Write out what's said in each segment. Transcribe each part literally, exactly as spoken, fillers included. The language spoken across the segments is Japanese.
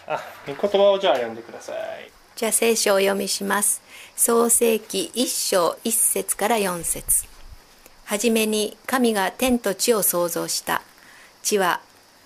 あ、御言葉をじゃあ読んでください。 じゃあ聖書をお読みします。創世記一章一節から四節。はじめに神が天と地を創造した。地は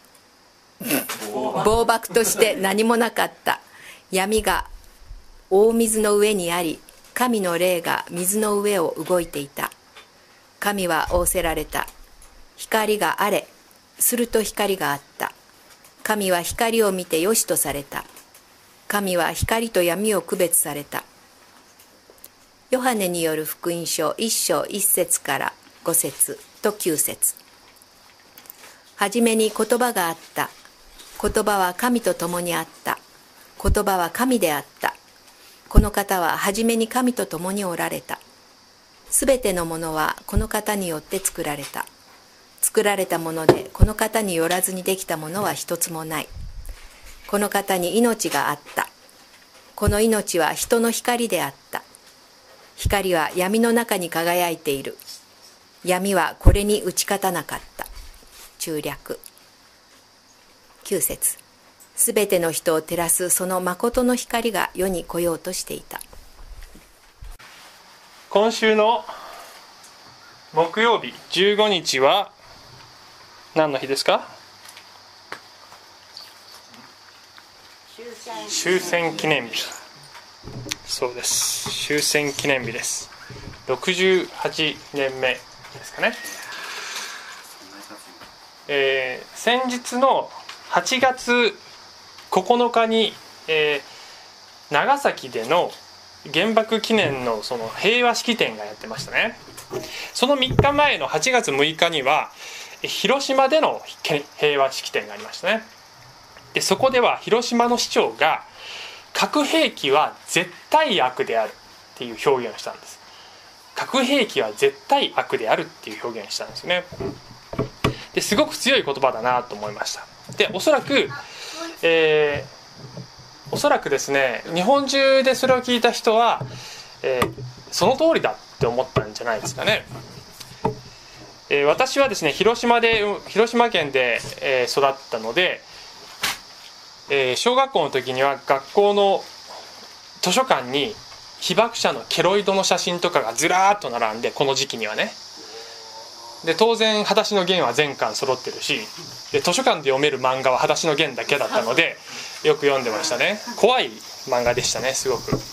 暴漠として何もなかった。闇が大水の上にあり、神の霊が水の上を動いていた。神は仰せられた。光があれ。すると光があった。神は光を見てよしとされた。神は光と闇を区別された。ヨハネによる福音書一章一節から五節と九節。はじめに言葉があった。言葉は神と共にあった。言葉は神であった。この方ははじめに神と共におられた。すべてのものはこの方によって作られた。作られたものでこの方によらずにできたものは一つもない。この方に命があった。この命は人の光であった。光は闇の中に輝いている。闇はこれに打ち勝たなかった。中略。きゅう節。すべての人を照らすその誠の光が世に来ようとしていた。 今週の木曜日じゅうごにちは何の日ですか？終戦記念日。そうです。終戦記念日です。ろくじゅうはちねんめですかね。えー、先日のはちがつここのかに、えー、長崎での原爆記念のその平和式典がやってましたね。そのみっかまえのはちがつむいかには広島での平和式典がありましたね。でそこでは広島の市長が核兵器は絶対悪であるっていう表現をしたんです。核兵器は絶対悪であるっていう表現をしたんですね。ですごく強い言葉だなと思いました。でおそらく、えー、おそらくですね日本中でそれを聞いた人は、えー、その通りだって思ったんじゃないですかね。えー、私はですね広島で広島県で、えー、育ったので、えー、小学校の時には学校の図書館に被爆者のケロイドの写真とかがずらーっと並んで、この時期にはね。で当然裸足のゲンは全巻揃ってるし、で図書館で読める漫画は裸足のゲンだけだったのでよく読んでましたね。怖い漫画でしたね、すごく、うん、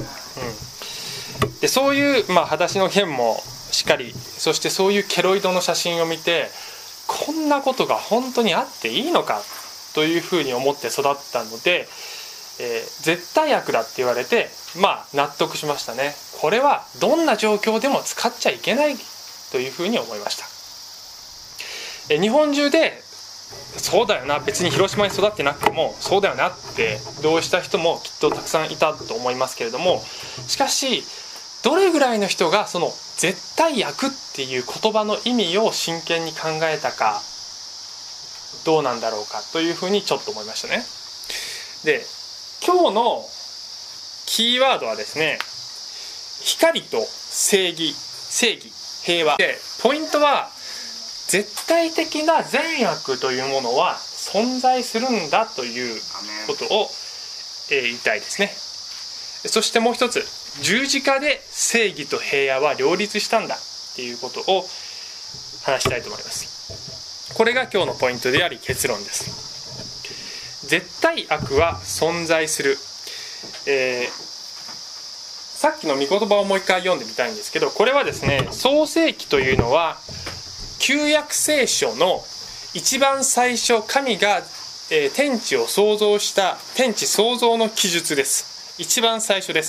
でそういう、まあ、裸足のゲンもしっかり、そしてそういうケロイドの写真を見て、こんなことが本当にあっていいのかというふうに思って育ったので、えー、絶対悪だって言われて、まあ納得しましたね。これはどんな状況でも使っちゃいけないというふうに思いました。えー、日本中でそうだよな、別に広島に育ってなくてもそうだよなって同意した人もきっとたくさんいたと思いますけれども、しかしどれぐらいの人がその絶対悪っていう言葉の意味を真剣に考えたか、どうなんだろうかというふうにちょっと思いましたね。で今日のキーワードはですね、光と正義、正義、平和で、ポイントは絶対的な善悪というものは存在するんだということを、えー、言いたいですね。そしてもう一つ、十字架で正義と平和は両立したんだっていうことを話したいと思います。これが今日のポイントであり結論です。絶対悪は存在する、えー、さっきの御言葉をもう一回読んでみたいんですけど、これはですね、創世記というのは旧約聖書の一番最初、神が、えー、天地を創造した天地創造の記述です。一番最初です。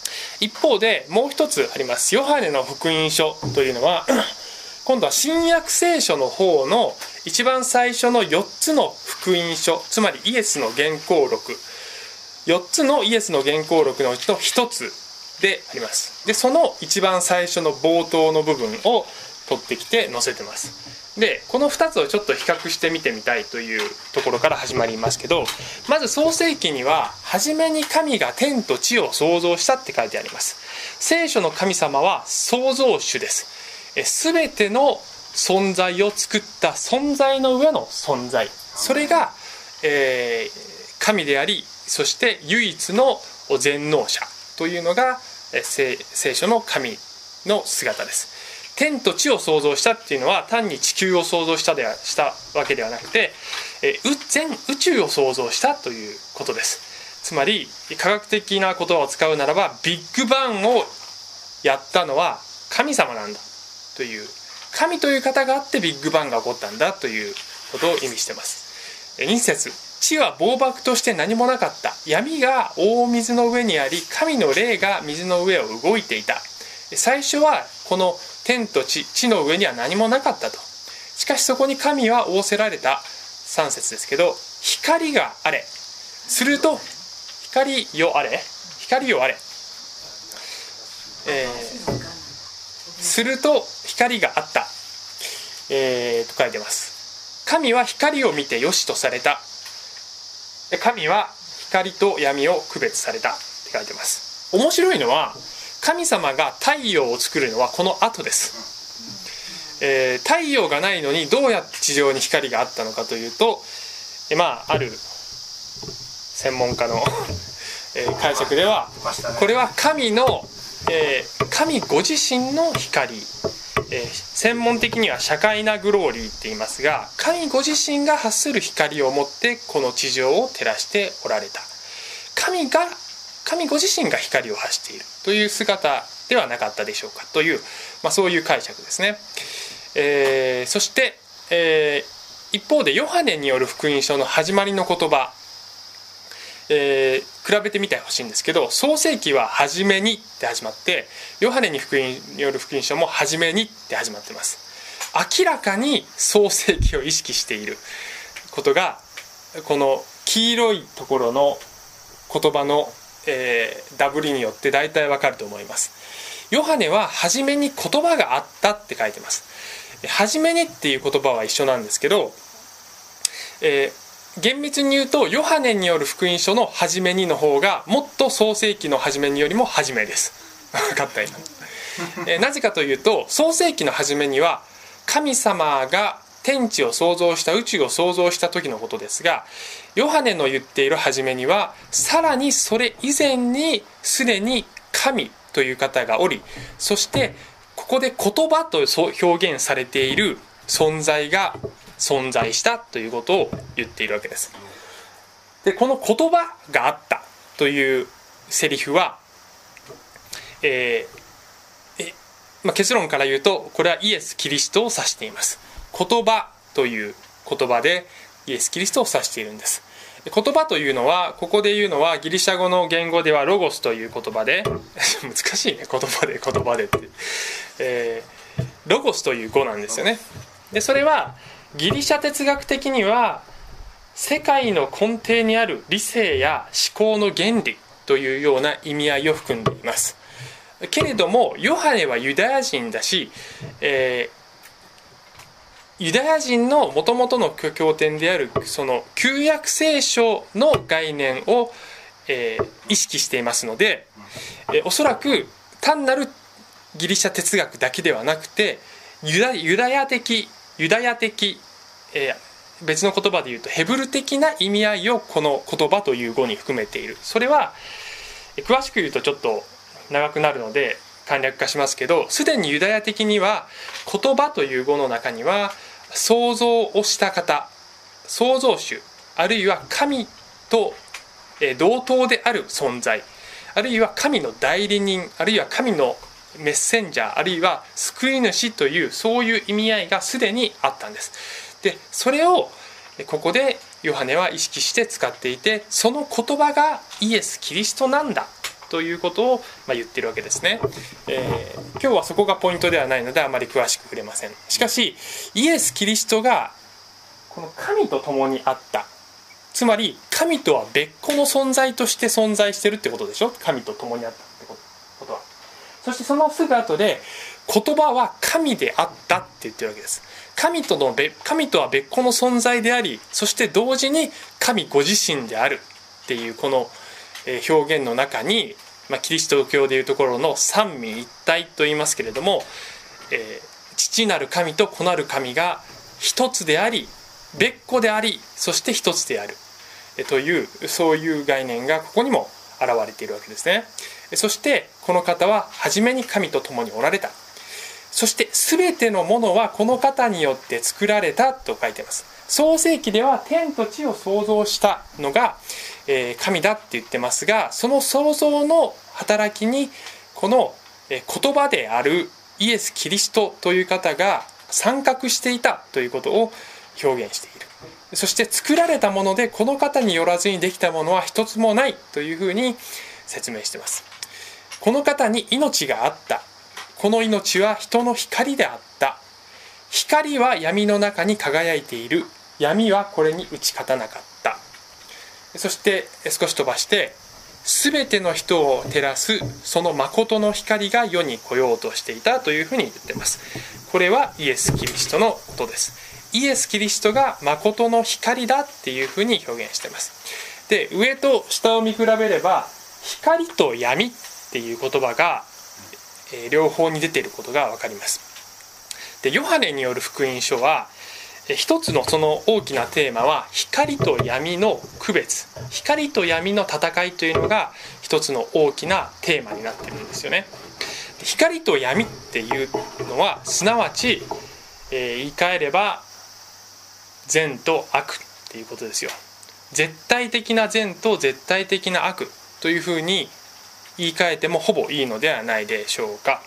一方でもう一つあります。ヨハネの福音書というのは今度は新約聖書の方の一番最初のよっつの福音書、つまりイエスの原稿録、よっつのイエスの原稿録のうちのひとつであります。でその一番最初の冒頭の部分を取ってきて載せてます。でこのふたつをちょっと比較してみてみたいというところから始まりますけど、まず創世記には初めに神が天と地を創造したって書いてあります。聖書の神様は創造主です。すべての存在を作った存在の上の存在、それが、えー、 神であり、そして唯一の全能者というのが聖書の神の姿です。天と地を創造したっていうのは単に地球を創造したではしたわけではなくて、全宇宙を創造したということです。つまり科学的な言葉を使うならば、ビッグバンをやったのは神様なんだという、神という方があってビッグバンが起こったんだということを意味しています。に節、地は暴漠として何もなかった。闇が大水の上にあり、神の霊が水の上を動いていた。最初はこの天と地、地の上には何もなかったと。しかしそこに神は仰せられた。さん節ですけど、光があれ。すると、光よあれ。光よあれ。えー、すると光があった。えー、と書いてます。神は光を見てよしとされた。神は光と闇を区別されたって書いてます。面白いのは、神様が太陽を作るのはこの後です。えー、太陽がないのにどうやって地上に光があったのかというと、えまあある専門家のえー、解釈では、これは神の、えー、神ご自身の光、えー、専門的にはシャカイナグローリーって言いますが、神ご自身が発する光を持ってこの地上を照らしておられた。神が神ご自身が光を発しているという姿ではなかったでしょうかという、まあ、そういう解釈ですね。えー、そして、えー、一方でヨハネによる福音書の始まりの言葉、えー、比べてみてほしいんですけど、創世記は初めにって始まって、ヨハネに福音による福音書も初めにって始まってます。明らかに創世記を意識していることがこの黄色いところの言葉の、えー、ダブリによって大体わかると思います。ヨハネは初めに言葉があったって書いてます。初めにっていう言葉は一緒なんですけど、えー厳密に言うとヨハネによる福音書の初めにの方がもっと創世記の初めによりも初めです。分かった今、えー、なぜかというと、創世記の初めには神様が天地を創造した、宇宙を創造した時のことですが、ヨハネの言っている初めにはさらにそれ以前にすでに神という方がおり、そしてここで言葉と表現されている存在が存在したということを言っているわけです。で、この言葉があったというセリフは、えーえまあ、結論から言うとこれはイエス・キリストを指しています。言葉という言葉でイエス・キリストを指しているんです。言葉というのは、ここで言うのはギリシャ語の言語ではロゴスという言葉で難しいね、言葉で言葉でって、えー、ロゴスという語なんですよね。でそれはギリシャ哲学的には世界の根底にある理性や思考の原理というような意味合いを含んでいます。けれどもヨハネはユダヤ人だし、えー、ユダヤ人のもともとの経典であるその旧約聖書の概念を、えー、意識していますので、えー、おそらく単なるギリシャ哲学だけではなくてユダ、ユダヤ的ユダヤ的、えー、別の言葉で言うとヘブル的な意味合いをこの言葉という語に含めている。それは詳しく言うとちょっと長くなるので簡略化しますけど、すでにユダヤ的には言葉という語の中には創造をした方、創造主、あるいは神と同等である存在、あるいは神の代理人、あるいは神のメッセンジャー、あるいは救い主というそういう意味合いがすでにあったんです。でそれをここでヨハネは意識して使っていて、その言葉がイエス・キリストなんだということをまあ言ってるわけですね。えー、今日はそこがポイントではないのであまり詳しく触れません。しかしイエス・キリストがこの神と共にあった、つまり神とは別個の存在として存在してるってことでしょ。神と共にあったってことは。そしてそのすぐ後で言葉は神であったって言ってるわけです。神との別神とは別個の存在であり、そして同時に神ご自身であるっていうこの表現の中に、まあ、キリスト教でいうところの三位一体と言いますけれども、えー、父なる神と子なる神が一つであり別個であり、そして一つである。 というそういう概念がここにも現れているわけですね。そしてこの方は初めに神と共におられた。そして全てのものはこの方によって作られたと書いています。創世記では天と地を創造したのが、えー、神だって言ってますが、その創造の働きにこの言葉であるイエス・キリストという方が参画していたということを表現している。そして作られたものでこの方によらずにできたものは一つもないというふうに説明しています。この方に命があった。この命は人の光であった。光は闇の中に輝いている。闇はこれに打ち勝たなかった。そして少し飛ばして、すべての人を照らすその誠の光が世に来ようとしていたというふうに言っています。これはイエス・キリストのことです。イエス・キリストが誠の光だっていうふうに表現しています。で、上と下を見比べれば、光と闇っていう言葉が、えー、両方に出ていることが分かります。で、ヨハネによる福音書は、一つのその大きなテーマは光と闇の区別、光と闇の戦いというのが一つの大きなテーマになっているんですよね。光と闇っていうのはすなわち、えー、言い換えれば善と悪っていうことですよ。絶対的な善と絶対的な悪というふうに言い換えてもほぼいいのではないでしょうか。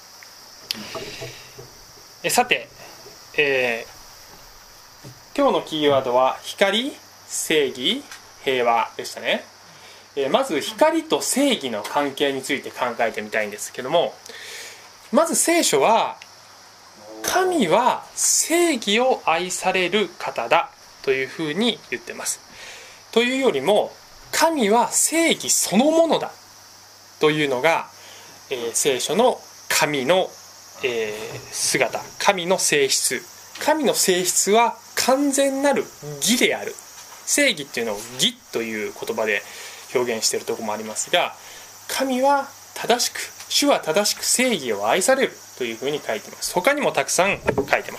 えさて、えー今日のキーワードは光、正義、平和でしたね。まず光と正義の関係について考えてみたいんですけども、まず聖書は神は正義を愛される方だというふうに言ってます。というよりも神は正義そのものだというのが、えー、聖書の神の、えー、姿、神の性質、神の性質は完全なる義である。正義っていうのを義という言葉で表現しているところもありますが、神は正しく、主は正しく正義を愛されるというふうに書いています。他にもたくさん書いてます。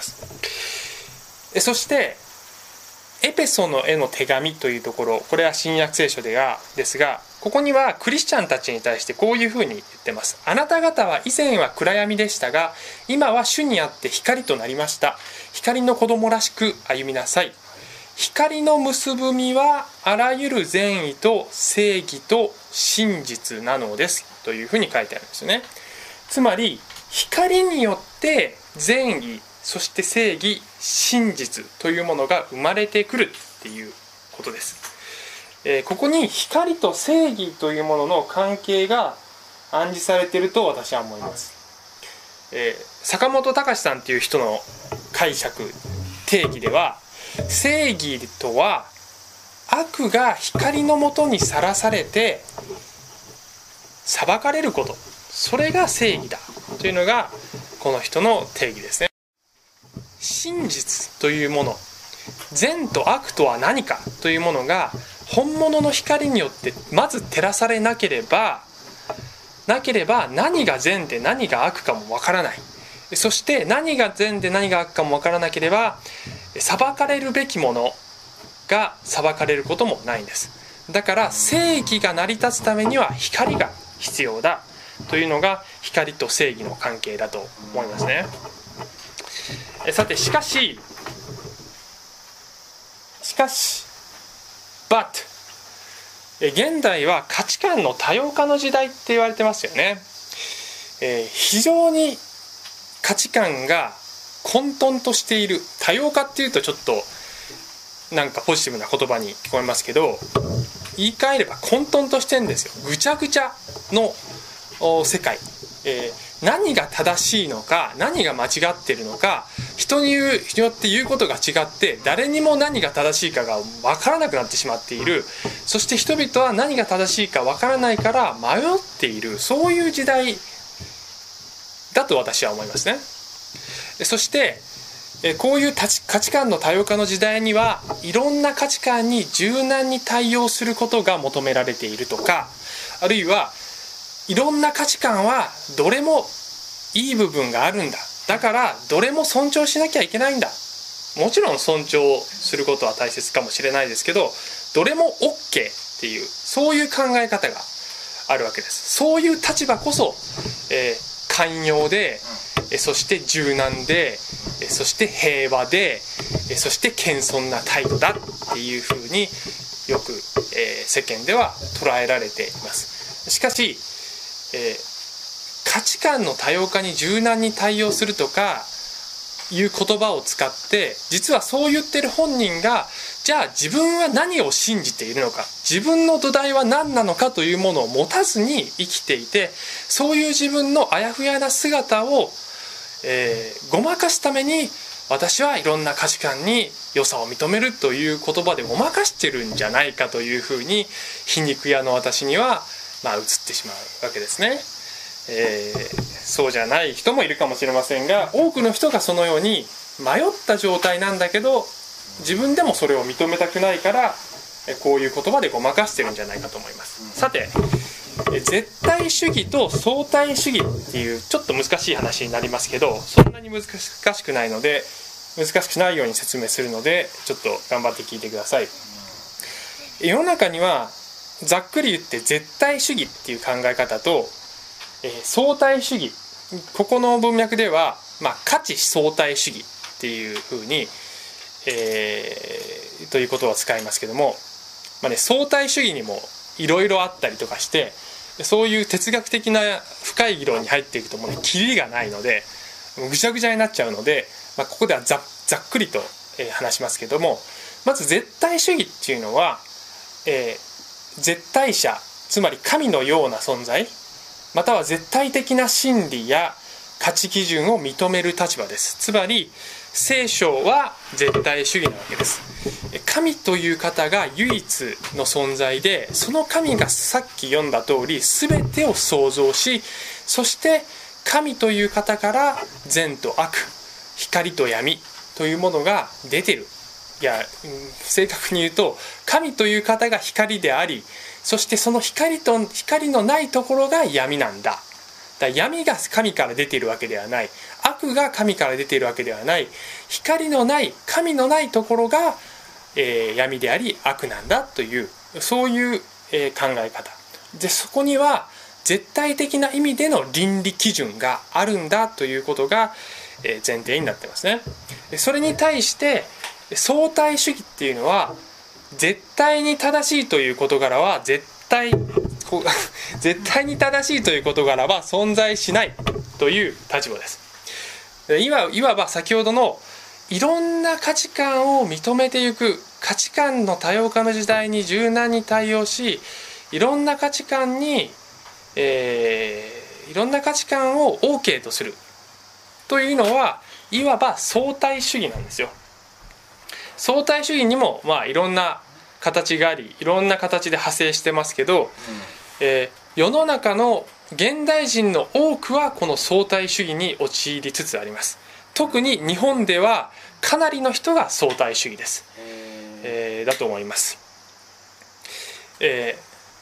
そしてエペソの絵の手紙というところ、これは新約聖書ではですが、ここにはクリスチャンたちに対してこういうふうに言ってます。あなた方は以前は暗闇でしたが、今は主にあって光となりました。光の子供らしく歩みなさい。光の結ぶ実はあらゆる善意と正義と真実なのですというふうに書いてあるんですよね。つまり光によって善意、そして正義、真実というものが生まれてくるっていうことです。えー、ここに光と正義というものの関係が暗示されていると私は思います。えー、坂本隆さんという人の解釈、定義では、正義とは悪が光のもとにさらされて裁かれること、それが正義だというのがこの人の定義ですね。真実というもの、善と悪とは何かというものが本物の光によってまず照らされなければなければ何が善で何が悪かもわからない。そして何が善で何が悪かもわからなければ裁かれるべきものが裁かれることもないんです。だから正義が成り立つためには光が必要だというのが光と正義の関係だと思いますね。さてしかししかし but 現代は価値観の多様化の時代って言われてますよね。えー、非常に価値観が混沌としている。多様化っていうとちょっとなんかポジティブな言葉に聞こえますけど、言い換えれば混沌としてるんですよ。ぐちゃぐちゃの世界、えー、何が正しいのか何が間違ってるのか、人によって言うことが違って誰にも何が正しいかが分からなくなってしまっている。そして人々は何が正しいか分からないから迷っている、そういう時代だと私は思いますね。そしてこういう価値観の多様化の時代にはいろんな価値観に柔軟に対応することが求められているとか、あるいはいろんな価値観はどれもいい部分があるんだ、だからどれも尊重しなきゃいけないんだ。もちろん尊重することは大切かもしれないですけど、 どれも OK っていう、そういう考え方があるわけです。そういう立場こそ、えー、寛容で、えそして柔軟で、えそして平和で、えそして謙遜な態度だっていうふうによく、えー、世間では捉えられています。しかし、えー、価値観の多様化に柔軟に対応するとかいう言葉を使って、実はそう言ってる本人がじゃあ自分は何を信じているのか、自分の土台は何なのかというものを持たずに生きていて、そういう自分のあやふやな姿を、えー、ごまかすために、私はいろんな価値観に良さを認めるという言葉でごまかしてるんじゃないかというふうに、皮肉屋の私にはまあ映ってしまうわけですね。えー、そうじゃない人もいるかもしれませんが、多くの人がそのように迷った状態なんだけど、自分でもそれを認めたくないから、こういう言葉でごまかしてるんじゃないかと思います。さて、絶対主義と相対主義っていうちょっと難しい話になりますけど、そんなに難しくないので、難しくないように説明するので、ちょっと頑張って聞いてください。世の中にはざっくり言って絶対主義っていう考え方と、えー、相対主義、ここの文脈では、まあ、価値相対主義っていうふうに、えー、という言葉を使いますけども、まあね、相対主義にもいろいろあったりとかして、そういう哲学的な深い議論に入っていくともうね、キリがないのでぐちゃぐちゃになっちゃうので、まあ、ここでは ざ, ざっくりと、えー、話しますけども、まず絶対主義っていうのは、えー、絶対者、つまり神のような存在、または絶対的な真理や価値基準を認める立場です。つまり聖書は絶対主義なわけです。神という方が唯一の存在で、その神がさっき読んだ通り全てを創造し、そして神という方から善と悪、光と闇というものが出てる。いや、正確に言うと、神という方が光であり、そしてその光と光のないところが闇なんだ。だから闇が神から出ているわけではない、悪が神から出ているわけではない、光のない神のないところが、えー、闇であり悪なんだという、そういう、えー、考え方で、そこには絶対的な意味での倫理基準があるんだということが、えー、前提になってますね。それに対して相対主義っていうのは、絶対に正しいという事柄は絶対絶対に正しいという事柄は存在しないという立場です。いわ、いわば先ほどのいろんな価値観を認めていく、価値観の多様化の時代に柔軟に対応し、いろんな価値観に、えー、いろんな価値観を OK とするというのは、いわば相対主義なんですよ。相対主義にもまあいろんな形があり、いろんな形で派生してますけど、うん、えー、世の中の現代人の多くはこの相対主義に陥りつつあります。特に日本ではかなりの人が相対主義です、えー、だと思います。え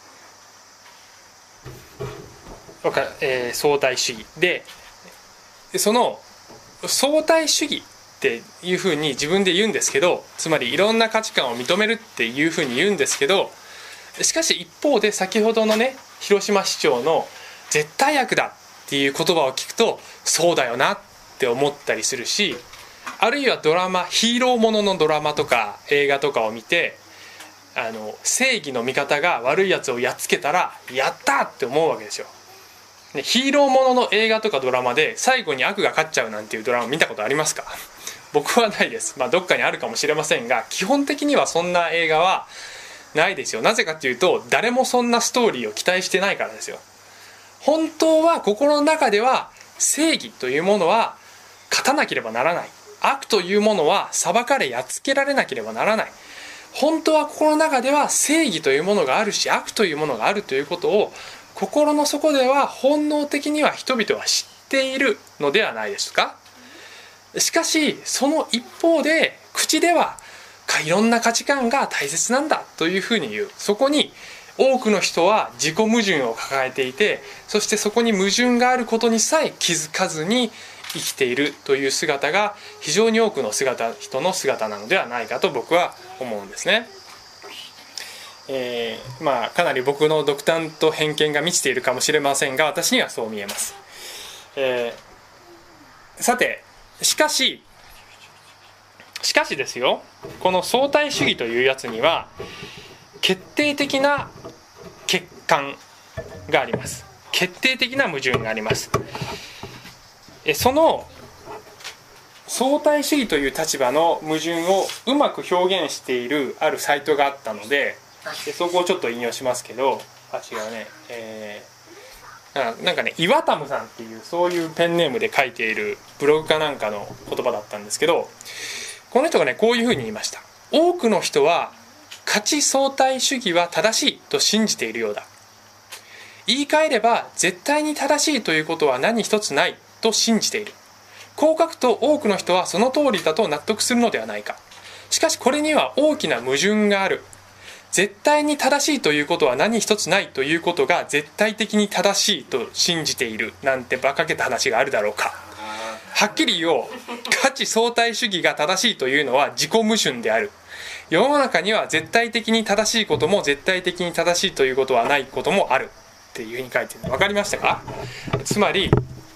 ーえー、相対主義で、その相対主義っていうふうに自分で言うんですけど、つまりいろんな価値観を認めるっていうふうに言うんですけど、しかし一方で先ほどのね、広島市長の絶対悪だっていう言葉を聞くと、そうだよなって思ったりするし、あるいはドラマ、ヒーローもののドラマとか映画とかを見て、あの正義の味方が悪いやつをやっつけたらやったって思うわけですよ。でヒーローものの映画とかドラマで最後に悪が勝っちゃうなんていうドラマ見たことありますか？僕はないです。まあどっかにあるかもしれませんが、基本的にはそんな映画はないですよ。なぜかというと、誰もそんなストーリーを期待してないからですよ。本当は心の中では正義というものは勝たなければならない、悪というものは裁かれやっつけられなければならない。本当は心の中では正義というものがあるし、悪というものがあるということを心の底では本能的には人々は知っているのではないですか。しかしその一方で口ではいろんな価値観が大切なんだというふうに言う。そこに多くの人は自己矛盾を抱えていて、そしてそこに矛盾があることにさえ気づかずに生きているという姿が非常に多くの姿人の姿なのではないかと僕は思うんですね。 えー、まあかなり僕の独断と偏見が満ちているかもしれませんが、私にはそう見えます。えー、さてしかししかしですよ、この相対主義というやつには決定的な欠陥があります。決定的な矛盾があります。えその相対主義という立場の矛盾をうまく表現しているあるサイトがあったので、でそこをちょっと引用しますけど、あ違うね、えー、なんかね岩田さんっていうそういうペンネームで書いているブログかなんかの言葉だったんですけど、この人がねこういうふうに言いました。多くの人は価値相対主義は正しいと信じているようだ。言い換えれば絶対に正しいということは何一つないと信じている。こう書くと多くの人はその通りだと納得するのではないか。しかしこれには大きな矛盾がある。絶対に正しいということは何一つないということが絶対的に正しいと信じているなんて馬鹿げた話があるだろうか。はっきり言おう。価値相対主義が正しいというのは自己矛盾である。世の中には絶対的に正しいことも絶対的に正しいということはないこともあるっていうふうに書いてるの分かりましたか？つまり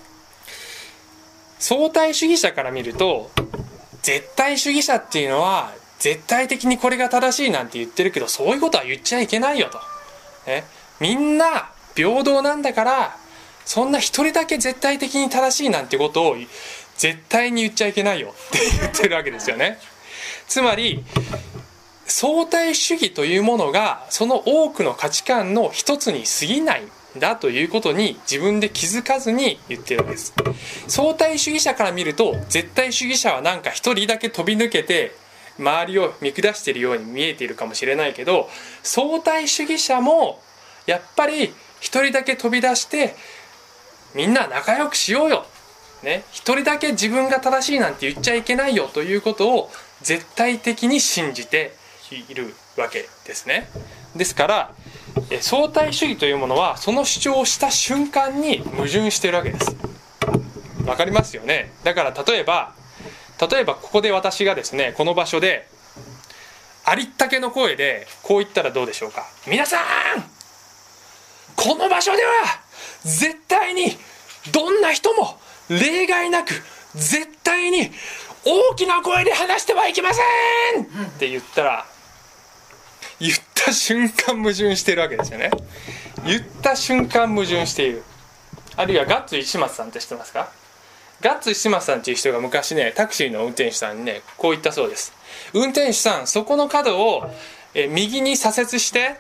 相対主義者から見ると、絶対主義者っていうのは絶対的にこれが正しいなんて言ってるけど、そういうことは言っちゃいけないよと、ね、みんな平等なんだから、そんな一人だけ絶対的に正しいなんてことを絶対に言っちゃいけないよって言ってるわけですよね。つまり相対主義というものがその多くの価値観の一つに過ぎないんだということに自分で気づかずに言ってるわけです。相対主義者から見ると、絶対主義者はなんか一人だけ飛び抜けて周りを見下しているように見えているかもしれないけど、相対主義者もやっぱり一人だけ飛び出してみんな仲良くしようよ、ね、一人だけ自分が正しいなんて言っちゃいけないよということを絶対的に信じているわけですね。ですから相対主義というものはその主張をした瞬間に矛盾しているわけです。わかりますよね。だから例えば例えばここで私がですね、この場所でありったけの声でこう言ったらどうでしょうか。皆さん、この場所では絶対にどんな人も例外なく絶対に大きな声で話してはいけませんって言ったら、言った瞬間矛盾しているわけですよね。言った瞬間矛盾している。あるいはガッツ石松さんって知ってますか？ガッツ石松さんっていう人が昔ね、タクシーの運転手さんにねこう言ったそうです。運転手さん、そこの角をえ右に左折して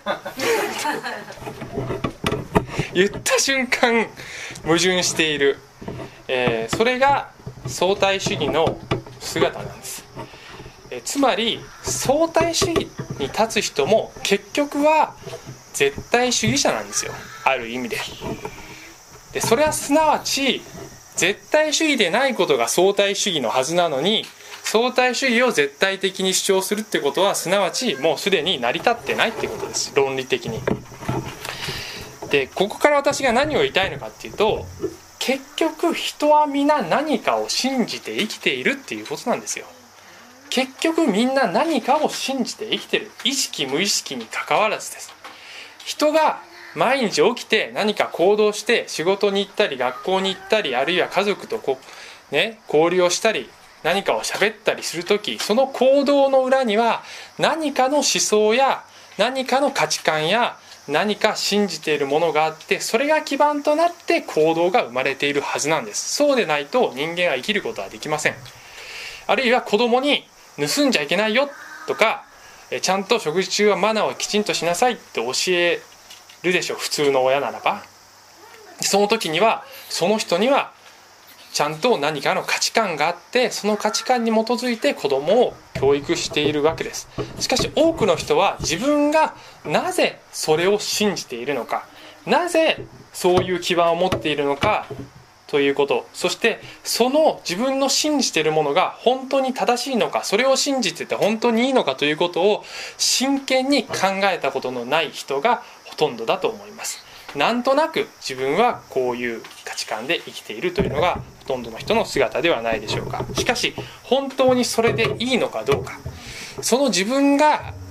言った瞬間矛盾している、えー、それが相対主義の姿なんです。えつまり相対主義に立つ人も結局は絶対主義者なんですよ、ある意味で。でそれはすなわち絶対主義でないことが相対主義のはずなのに、相対主義を絶対的に主張するってことはすなわちもうすでに成り立ってないってことです、論理的に。でここから私が何を言いたいのかっていうと、結局人は皆何かを信じて生きているっていうことなんですよ。結局みんな何かを信じて生きてる、意識無意識に関わらずです。人が毎日起きて何か行動して仕事に行ったり学校に行ったり、あるいは家族とこう、ね、交流をしたり何かを喋ったりするとき、その行動の裏には何かの思想や何かの価値観や何か信じているものがあって、それが基盤となって行動が生まれているはずなんです。そうでないと人間は生きることはできません。あるいは子供に盗んじゃいけないよとか、ちゃんと食事中はマナーをきちんとしなさいって教えるでしょう、普通の親ならば。その時にはその人にはちゃんと何かの価値観があって、その価値観に基づいて子供を教育しているわけです。しかし多くの人は自分がなぜそれを信じているのか、なぜそういう基盤を持っているのかということ、そしてその自分の信じているものが本当に正しいのか、それを信じてて本当にいいのかということを真剣に考えたことのない人がほとんどだと思います。なんとなく自分はこういう価値観で生きているというのがほとんどの人の姿ではないでしょうか。しかし本当にそれでいいのかどうか、その自分が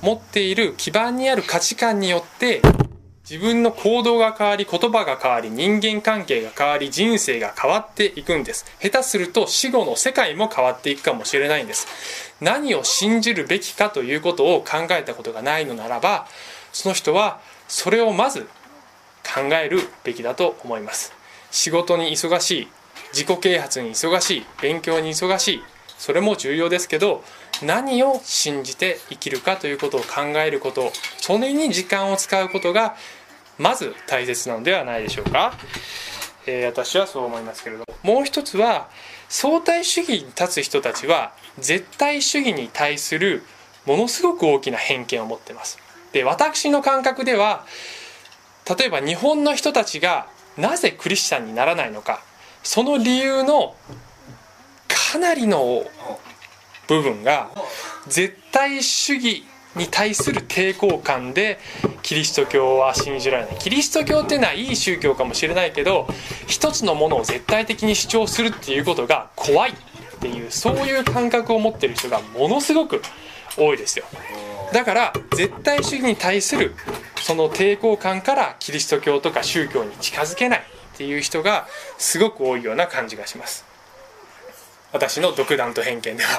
持っている基盤にある価値観によって自分の行動が変わり、言葉が変わり、人間関係が変わり、人生が変わっていくんです。下手すると死後の世界も変わっていくかもしれないんです。何を信じるべきかということを考えたことがないのならば、その人はそれをまず考えるべきだと思います。仕事に忙しい、自己啓発に忙しい、勉強に忙しい、それも重要ですけど、何を信じて生きるかということを考えること、それに時間を使うことがまず大切なのではないでしょうか。えー、私はそう思いますけれども、もう一つは相対主義に立つ人たちは絶対主義に対するものすごく大きな偏見を持っています。で、私の感覚では、例えば日本の人たちがなぜクリスチャンにならないのか、その理由のかなりの部分が絶対主義に対する抵抗感でキリスト教は信じられない。キリスト教っていうのはいい宗教かもしれないけど、一つのものを絶対的に主張するっていうことが怖いっていう、そういう感覚を持ってる人がものすごく多いですよ。だから絶対主義に対するその抵抗感からキリスト教とか宗教に近づけないっていう人がすごく多いような感じがします。私の独断と偏見では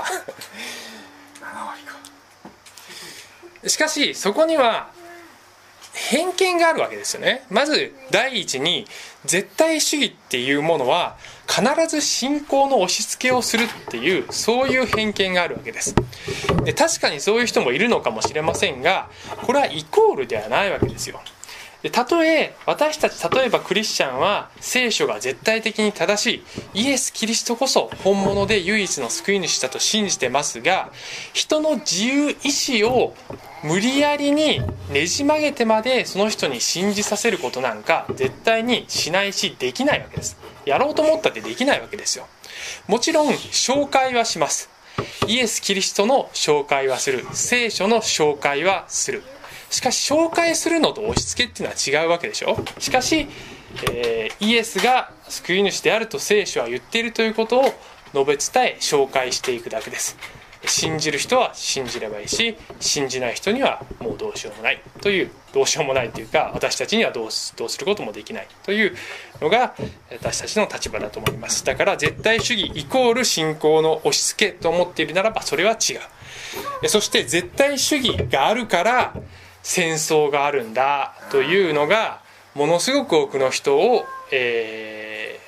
しかしそこには偏見があるわけですよね。まず第一に、絶対主義っていうものは必ず信仰の押し付けをするっていう、そういう偏見があるわけです。で、確かにそういう人もいるのかもしれませんが、これはイコールではないわけですよ。で、たとえ私たち、例えばクリスチャンは聖書が絶対的に正しい、イエス・キリストこそ本物で唯一の救い主だと信じてますが、人の自由意志を無理やりにねじ曲げてまでその人に信じさせることなんか絶対にしないし、できないわけです。やろうと思ったってできないわけですよ。もちろん紹介はします。イエス・キリストの紹介はする、聖書の紹介はする。しかし紹介するのと押し付けっていうのは違うわけでしょ。しかし、えー、イエスが救い主であると聖書は言っているということを述べ伝え紹介していくだけです。信じる人は信じればいいし、信じない人にはもうどうしようもないという、どうしようもないというか、私たちにはどうす、どうすることもできないというのが私たちの立場だと思います。だから絶対主義イコール信仰の押し付けと思っているならばそれは違う。そして絶対主義があるから戦争があるんだというのがものすごく多くの人を、え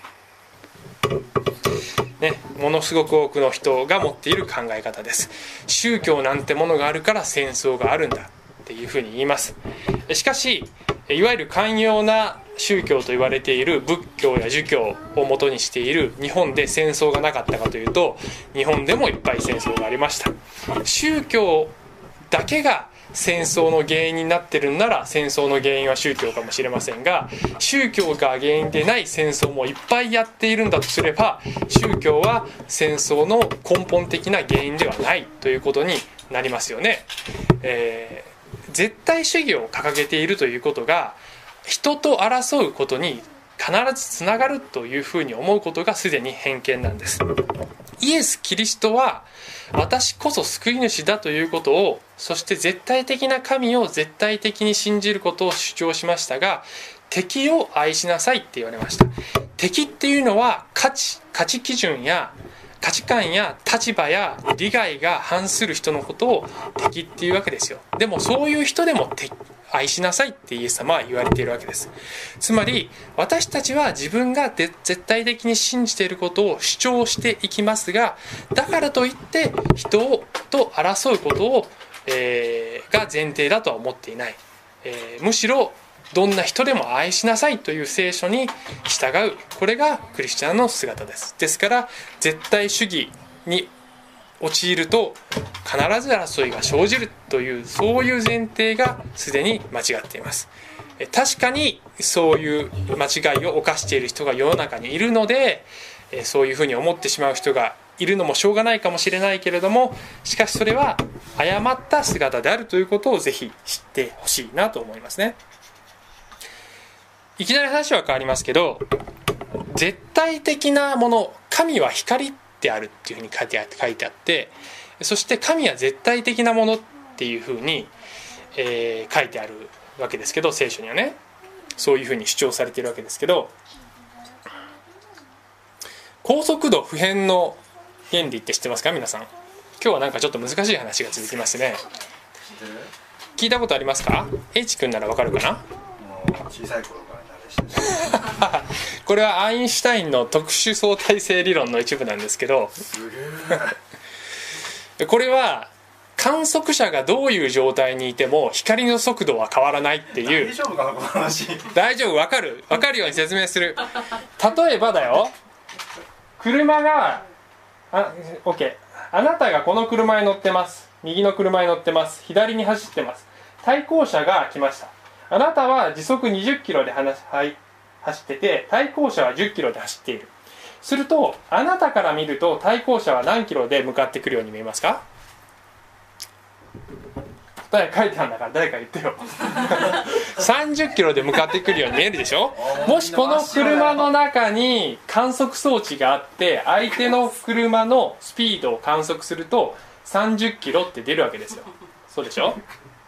ーね、ものすごく多くの人が持っている考え方です。宗教なんてものがあるから戦争があるんだっていうふうに言います。しかしいわゆる寛容な宗教と言われている仏教や儒教をもとにしている日本で戦争がなかったかというと、日本でもいっぱい戦争がありました。宗教だけが戦争の原因になってるんなら戦争の原因は宗教かもしれませんが、宗教が原因でない戦争もいっぱいやっているんだとすれば、宗教は戦争の根本的な原因ではないということになりますよね。えー、絶対主義を掲げているということが人と争うことに必ずつながるというふうに思うことがすでに偏見なんです。イエス・キリストは私こそ救い主だということを、そして絶対的な神を絶対的に信じることを主張しましたが、敵を愛しなさいって言われました。敵っていうのは価値、価値基準や価値観や立場や利害が反する人のことを敵っていうわけですよ。でもそういう人でも敵愛しなさいってイエス様は言われているわけです。つまり私たちは自分が絶対的に信じていることを主張していきますが、だからといって人と争うことを、えー、が前提だとは思っていない、えー、むしろどんな人でも愛しなさいという聖書に従う、これがクリスチャンの姿です。ですから絶対主義に陥ると必ず争いが生じるという、そういう前提がすでに間違っています。確かにそういう間違いを犯している人が世の中にいるので、そういうふうに思ってしまう人がいるのもしょうがないかもしれないけれども、しかしそれは誤った姿であるということをぜひ知ってほしいなと思いますね。いきなり話は変わりますけど、絶対的なもの、神は光であるっていうふうに書いてあって、そして神は絶対的なものっていうふうに、えー、書いてあるわけですけど、聖書にはねそういうふうに主張されているわけですけど、高速度不変の原理って知ってますか皆さん。今日はなんかちょっと難しい話が続きましてね。聞いたことありますか？ H 君ならわかるかな？ もう小さい頃から慣れしてこれはアインシュタインの特殊相対性理論の一部なんですけど、 すげえこれは観測者がどういう状態にいても光の速度は変わらないっていう。 大丈夫かなこの話。 大丈夫、わかるわかるように説明する。例えばだよ、車があ OK、 あなたがこの車に乗ってます。右の車に乗ってます。左に走ってます。対向車が来ました。あなたは時速にじゅっキロで話、はい、走ってて、対向車はじゅっキロで走っている。するとあなたから見ると対向車は何キロで向かってくるように見えますか？答え書いてあるんだから誰か言ってよ。さんじゅっキロで向かってくるように見えるでしょ。もしこの車の中に観測装置があって相手の車のスピードを観測するとさんじゅっキロって出るわけですよ。そうでしょ。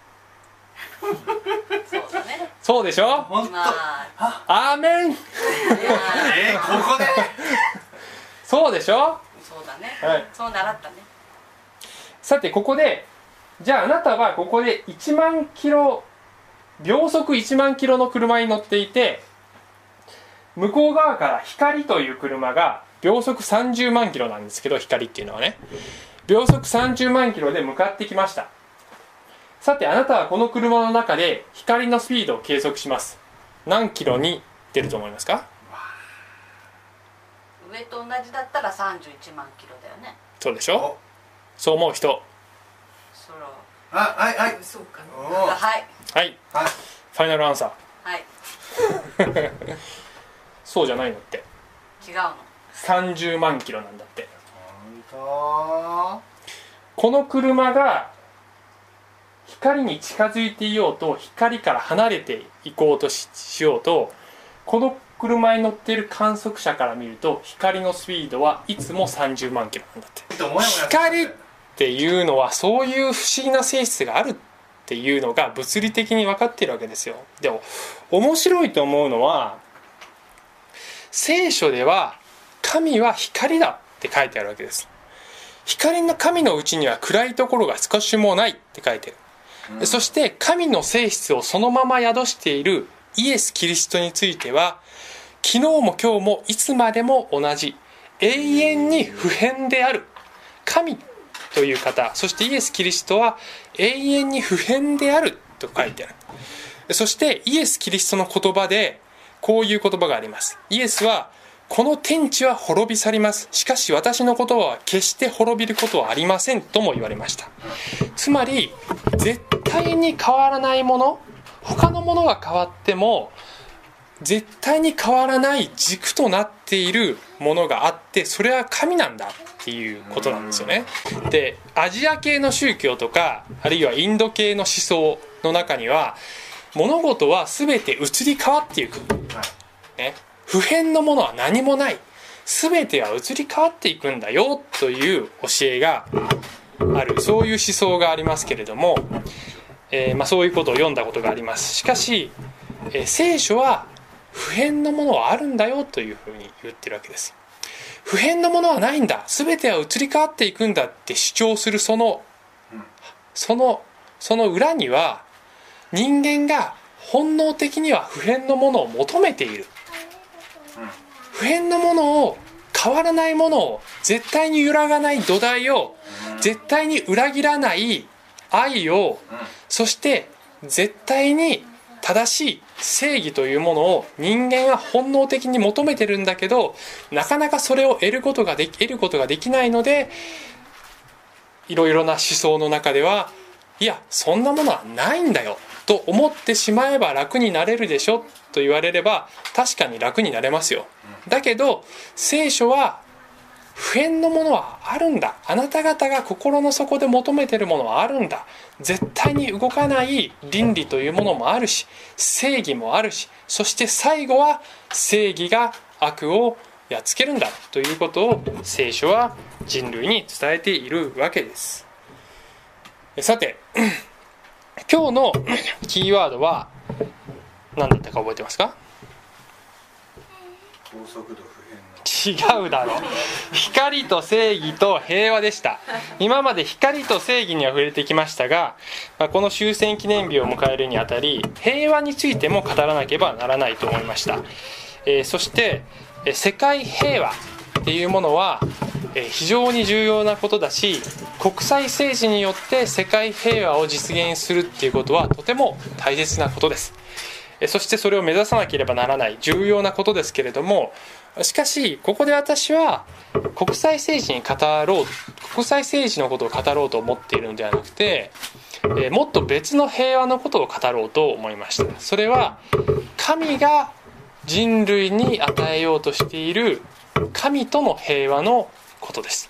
そうだね。 そうでしょ。 本当。 まあ、 アーメン。 えー、ここで。 そうでしょ。 そうだね、 はい、 そう習ったね。 さてここでじゃああなたはここでいちまんキロ、秒速いちまんキロの車に乗っていて、向こう側から光という車が秒速さんじゅうまんキロなんですけど、光っていうのはね秒速さんじゅうまんキロで向かってきました。さてあなたはこの車の中で光のスピードを計測します。何キロに出ると思いますか？ 上と同じだったらさんじゅういちまんキロだよね。 そうでしょ。そう思う人。 そらあ、はいはい。 そうかな。 おーはいはいはい。 ファイナルアンサー。 はい。 そうじゃないのって。 違うの。 さんじゅうまんキロなんだって。 本この車が光に近づいていようと光から離れていこうと し, しようとこの車に乗っている観測者から見ると光のスピードはいつもさんじゅうまんキロなんだって。 当。もやもや光っていうのはそういう不思議な性質があるっていうのが物理的に分かっているわけですよ。でも面白いと思うのは聖書では神は光だって書いてあるわけです。光の神のうちには暗いところが少しもないって書いてある、うん、そして神の性質をそのまま宿しているイエス・キリストについては昨日も今日もいつまでも同じ永遠に不変である神という方、そしてイエス・キリストは永遠に不変であると書いてある。そしてイエス・キリストの言葉でこういう言葉があります。イエスはこの天地は滅び去ります。しかし私の言葉は決して滅びることはありませんとも言われました。つまり絶対に変わらないもの、他のものが変わっても絶対に変わらない軸となっているものがあって、それは神なんだっていうことなんですよね。で、アジア系の宗教とかあるいはインド系の思想の中には物事は全て移り変わっていく、ね、不変のものは何もない、全ては移り変わっていくんだよという教えがある、そういう思想がありますけれども、えーまあ、そういうことを読んだことがあります。しかし、えー、聖書は不変のものはあるんだよというふうに言ってるわけです。不変のものはないんだ、全ては移り変わっていくんだって主張するそのそのその裏には人間が本能的には不変のものを求めている、不変のものを、変わらないものを、絶対に揺らがない土台を、絶対に裏切らない愛を、そして絶対に正しい正義というものを人間は本能的に求めてるんだけど、なかなかそれを得ることができ、得ることができないので、いろいろな思想の中では、いやそんなものはないんだよと思ってしまえば楽になれるでしょと言われれば確かに楽になれますよ。だけど聖書は不変のものはあるんだ、あなた方が心の底で求めているものはあるんだ、絶対に動かない倫理というものもあるし、正義もあるし、そして最後は正義が悪をやっつけるんだということを聖書は人類に伝えているわけです。 さて今日のキーワードは何だったか覚えてますか？ 高速度不変の違うだろう。光と正義と平和でした。今まで光と正義には触れてきましたが、この終戦記念日を迎えるにあたり平和についても語らなければならないと思いました。えー、そして世界平和っていうものは非常に重要なことだし、国際政治によって世界平和を実現するっていうことはとても大切なことです。そしてそれを目指さなければならない重要なことですけれども、しかしここで私は国際政治に語ろう国際政治のことを語ろうと思っているのではなくて、もっと別の平和のことを語ろうと思いました。それは神が人類に与えようとしている神との平和のことです。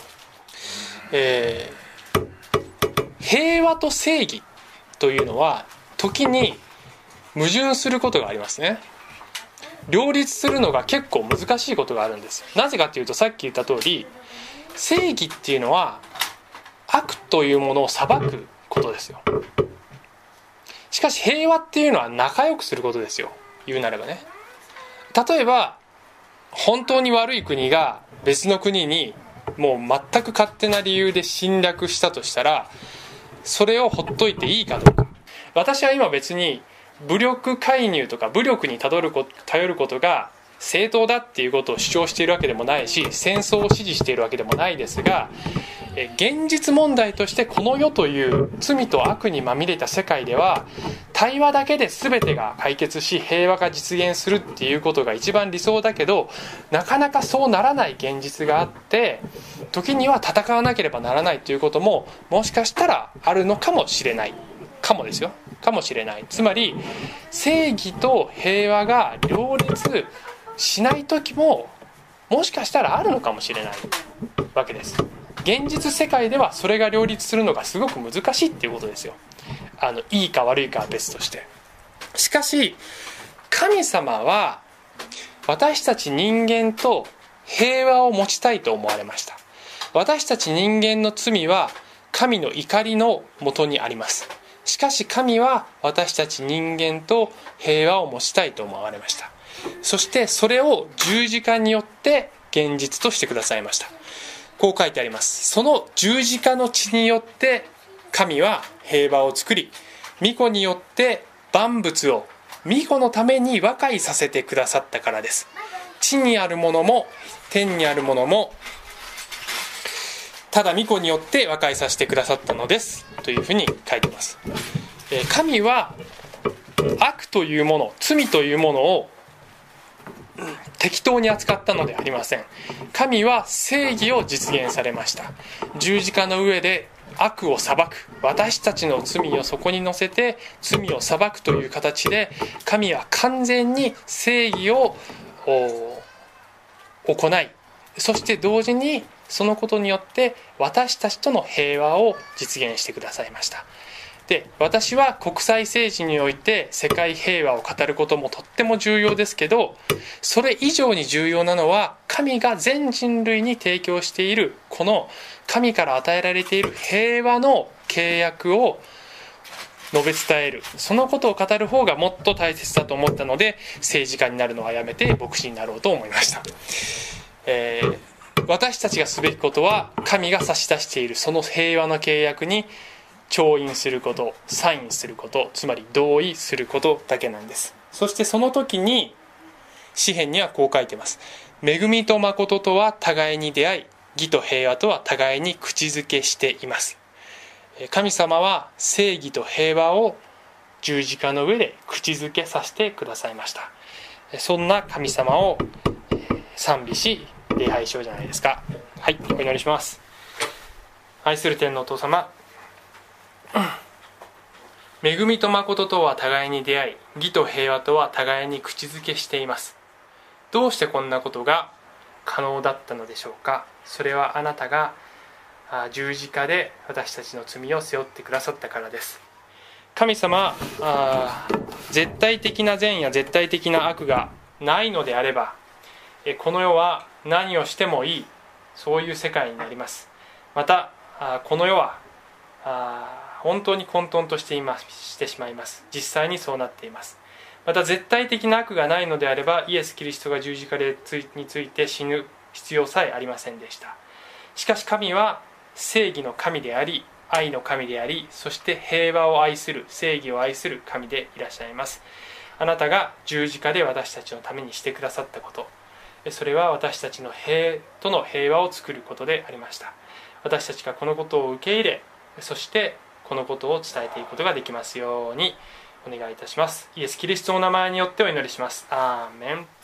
えー、平和と正義というのは時に矛盾することがありますね。両立するのが結構難しいことがあるんです。なぜかというと、さっき言った通り正義っていうのは悪というものを裁くことですよ。しかし平和っていうのは仲良くすることですよ、言うなればね。例えば本当に悪い国が別の国にもう全く勝手な理由で侵略したとしたら、それをほっといていいかどうか。私は今別に武力介入とか武力に頼ること、頼ることが正当だっていうことを主張しているわけでもないし、戦争を支持しているわけでもないですが、え現実問題としてこの世という罪と悪にまみれた世界では対話だけで全てが解決し平和が実現するっていうことが一番理想だけど、なかなかそうならない現実があって、時には戦わなければならないということももしかしたらあるのかもしれないかもですよかもしれない。つまり正義と平和が両立しない時ももしかしたらあるのかもしれないわけです。現実世界ではそれが両立するのがすごく難しいっていうことですよ。あのいいか悪いかは別として。しかし神様は私たち人間と平和を持ちたいと思われました。私たち人間の罪は神の怒りのもとにあります。しかし神は私たち人間と平和を持ちたいと思われました。そしてそれを十字架によって現実としてくださいました。こう書いてあります。その十字架の血によって神は平和を作り、御子によって万物を御子のために和解させてくださったからです。地にあるものも天にあるものもただ御子によって和解させてくださったのですというふうに書いています。神は悪というもの、罪というものを適当に扱ったのではありません。神は正義を実現されました。十字架の上で悪を裁く、私たちの罪をそこに乗せて罪を裁くという形で、神は完全に正義を行い、そして同時にそのことによって私たちとの平和を実現してくださいました。で、私は国際政治において世界平和を語ることもとっても重要ですけど、それ以上に重要なのは神が全人類に提供しているこの神から与えられている平和の契約を述べ伝える、そのことを語る方がもっと大切だと思ったので、政治家になるのはやめて牧師になろうと思いました。えー、私たちがすべきことは神が差し出しているその平和の契約に調印すること、サインすること、つまり同意することだけなんです。そしてその時に詩編にはこう書いてます。恵みと誠とは互いに出会い、義と平和とは互いに口づけしています。神様は正義と平和を十字架の上で口づけさせてくださいました。そんな神様を賛美し礼拝しようじゃないですか。はい、お祈りします。愛する天のお父様、恵みと誠とは互いに出会い、義と平和とは互いに口づけしています。どうしてこんなことが可能だったのでしょうか。それはあなたが十字架で私たちの罪を背負ってくださったからです。神様、あ絶対的な善や絶対的な悪がないのであれば、この世は何をしてもいい、そういう世界になります。またこの世はあ本当に混沌としていますしてしまいます。実際にそうなっています。また絶対的な悪がないのであれば、イエス・キリストが十字架でつについて死ぬ必要さえありませんでした。しかし神は正義の神であり、愛の神であり、そして平和を愛する、正義を愛する神でいらっしゃいます。あなたが十字架で私たちのためにしてくださったこと、それは私たちの平との平和を作ることでありました。私たちがこのことを受け入れ、そしてこのことを伝えていくことができますようにお願いいたします。イエス・キリストの名前によってお祈りします。アーメン。